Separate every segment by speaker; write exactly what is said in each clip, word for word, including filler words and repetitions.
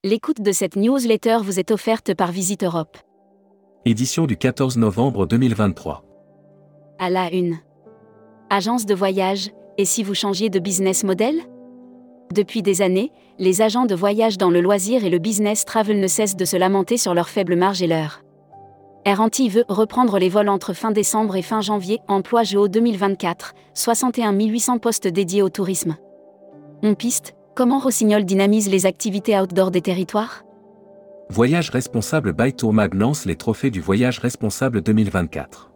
Speaker 1: L'écoute de cette newsletter vous est offerte par Visite Europe.
Speaker 2: Édition du quatorze novembre deux mille vingt-trois.
Speaker 1: À la une. Agence de voyage, et si vous changiez de business model ? Depuis des années, les agents de voyage dans le loisir et le business travel ne cessent de se lamenter sur leurs faibles marges et leurs. Air Antilles veut reprendre les vols entre fin décembre et fin janvier, emploi G O deux mille vingt-quatre, soixante et un mille huit cents postes dédiés au tourisme. On piste, comment Rossignol dynamise les activités outdoor des territoires ?
Speaker 2: Voyage responsable by Tourmag lance les trophées du voyage responsable deux mille vingt-quatre.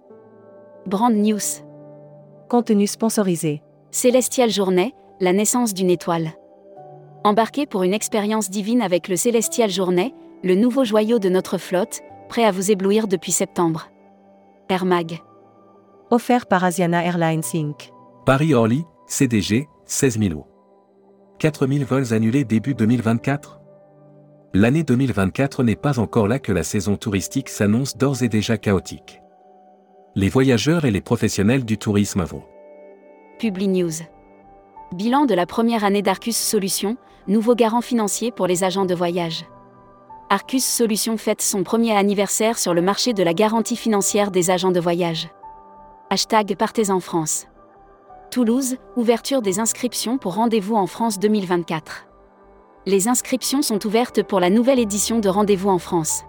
Speaker 1: Brand News.
Speaker 3: Contenu sponsorisé.
Speaker 1: Célestial Journée, la naissance d'une étoile. Embarquez pour une expérience divine avec le Célestial Journée, le nouveau joyau de notre flotte, prêt à vous éblouir depuis septembre. Air Mag.
Speaker 3: Offert par Asiana Airlines Incorporée.
Speaker 2: Paris-Orly, C D G, seize mille euros. quatre mille vols annulés début deux mille vingt-quatre. L'année deux mille vingt-quatre n'est pas encore là que la saison touristique s'annonce d'ores et déjà chaotique. Les voyageurs et les professionnels du tourisme vont.
Speaker 1: Publi News. Bilan de la première année d'Arcus Solutions, nouveau garant financier pour les agents de voyage. Arcus Solutions fête son premier anniversaire sur le marché de la garantie financière des agents de voyage. Hashtag Partez en France. Toulouse, ouverture des inscriptions pour Rendez-vous en France deux mille vingt-quatre. Les inscriptions sont ouvertes pour la nouvelle édition de Rendez-vous en France.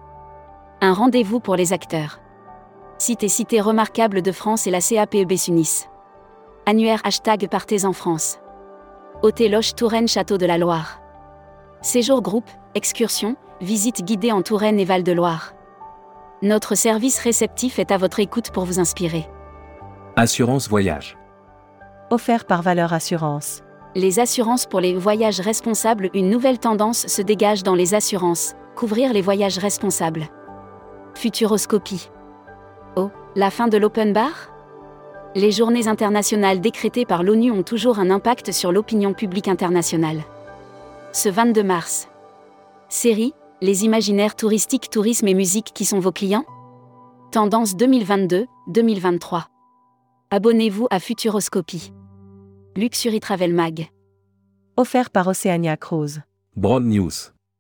Speaker 1: Un rendez-vous pour les acteurs. Sites et cités remarquables de France et la C A P E B s'unissent. Annuaire hashtag Partez en France. Hôtel Loche Touraine Château de la Loire. Séjour groupe, excursion, visite guidée en Touraine et Val-de-Loire. Notre service réceptif est à votre écoute pour vous inspirer.
Speaker 2: Assurance voyage.
Speaker 3: Offert par Valeur Assurance.
Speaker 1: Les assurances pour les voyages responsables. Une nouvelle tendance se dégage dans les assurances, couvrir les voyages responsables. Futuroscopie. Oh, la fin de l'open bar ? Les journées internationales décrétées par l'ONU ont toujours un impact sur l'opinion publique internationale. Ce vingt-deux mars. Série, les imaginaires touristiques, tourisme et musique qui sont vos clients ? Tendance deux mille vingt-deux deux mille vingt-trois. Abonnez-vous à Futuroscopie. Luxury Travel Mag.
Speaker 3: Offert par Oceania Cruise.
Speaker 2: Brand News.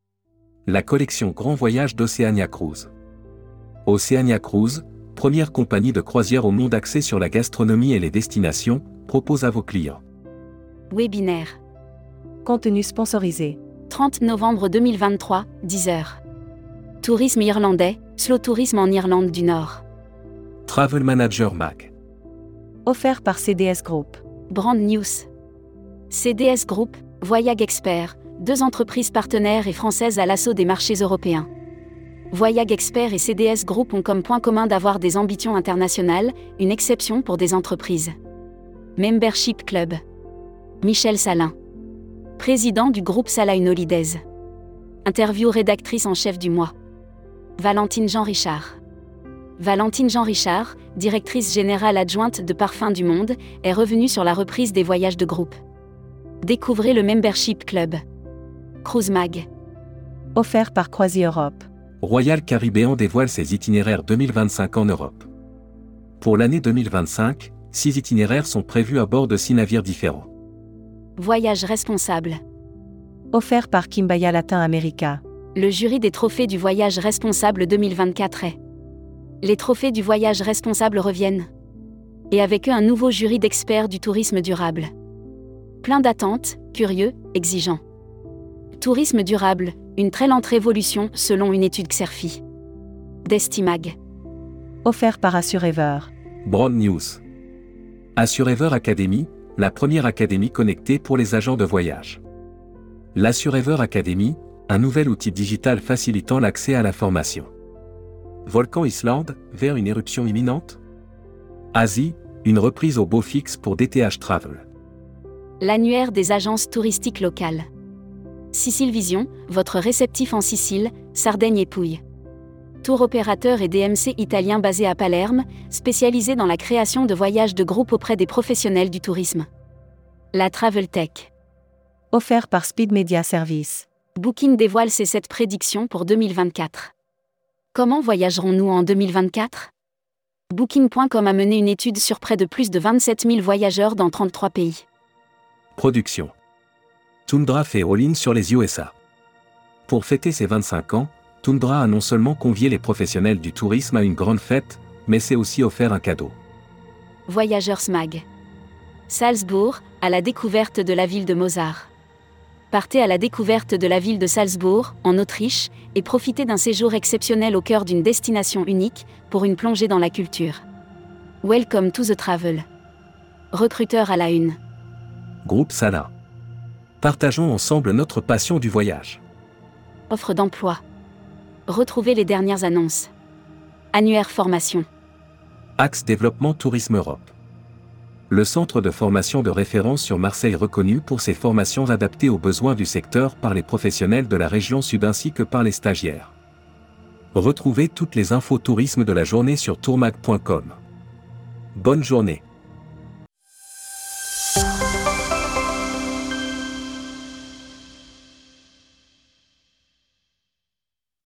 Speaker 2: La collection Grand Voyage d'Oceania Cruise. Oceania Cruise, première compagnie de croisière au monde axée sur la gastronomie et les destinations, propose à vos clients.
Speaker 1: Webinaire.
Speaker 3: Contenu sponsorisé.
Speaker 1: trente novembre deux mille vingt-trois, dix heures. Tourisme irlandais, slow tourisme en Irlande du Nord.
Speaker 2: Travel Manager Mag.
Speaker 3: Offert par C D S Group.
Speaker 1: Brand News. C D S Group, Voyage Expert, deux entreprises partenaires et françaises à l'assaut des marchés européens. Voyage Expert et C D S Group ont comme point commun d'avoir des ambitions internationales, une exception pour des entreprises. Membership Club. Michel Salin. Président du groupe Salain Holidays. Interview rédactrice en chef du mois. Valentine Jean-Richard. Valentine Jean-Richard, directrice générale adjointe de Parfums du Monde, est revenue sur la reprise des voyages de groupe. Découvrez le Membership Club. Cruise Mag.
Speaker 3: Offert par Croisi Europe.
Speaker 2: Royal Caribbean dévoile ses itinéraires deux mille vingt-cinq en Europe. Pour l'année deux mille vingt-cinq, six itinéraires sont prévus à bord de six navires différents.
Speaker 1: Voyage responsable.
Speaker 3: Offert par Kimbaya Latin America.
Speaker 1: Le jury des trophées du voyage responsable deux mille vingt-quatre est. Les trophées du voyage responsable reviennent. Et avec eux un nouveau jury d'experts du tourisme durable. Plein d'attentes, curieux, exigeants. Tourisme durable, une très lente révolution selon une étude Xerfi. Destimag.
Speaker 3: Offert par Assurever.
Speaker 2: Brand News. Assurever Academy, la première académie connectée pour les agents de voyage. L'Assurever Academy, un nouvel outil digital facilitant l'accès à l'information. Volcan Islande, vers une éruption imminente ? Asie, une reprise au beau fixe pour D T H Travel.
Speaker 1: L'annuaire des agences touristiques locales. Sicile Vision, votre réceptif en Sicile, Sardaigne et Pouilles. Tour opérateur et D M C italien basé à Palerme, spécialisé dans la création de voyages de groupe auprès des professionnels du tourisme. La Travel Tech.
Speaker 3: Offert par Speed Media Service.
Speaker 1: Booking dévoile ses sept prédictions pour deux mille vingt-quatre. Comment voyagerons-nous en deux mille vingt-quatre ? Booking point com a mené une étude sur près de plus de vingt-sept mille voyageurs dans trente-trois pays.
Speaker 2: Production. Tundra fait all-in sur les U S A. Pour fêter ses vingt-cinq ans, Toundra a non seulement convié les professionnels du tourisme à une grande fête, mais s'est aussi offert un cadeau.
Speaker 1: Voyageurs Mag. Salzbourg, à la découverte de la ville de Mozart. Partez à la découverte de la ville de Salzbourg, en Autriche, et profitez d'un séjour exceptionnel au cœur d'une destination unique, pour une plongée dans la culture. Welcome to the travel. Recruteur à la une.
Speaker 2: Groupe Sala. Partageons ensemble notre passion du voyage.
Speaker 1: Offre d'emploi. Retrouvez les dernières annonces. Annuaire formation.
Speaker 2: Axe Développement Tourisme Europe. Le centre de formation de référence sur Marseille reconnu pour ses formations adaptées aux besoins du secteur par les professionnels de la région sud ainsi que par les stagiaires. Retrouvez toutes les infos tourisme de la journée sur tourmag point com. Bonne journée.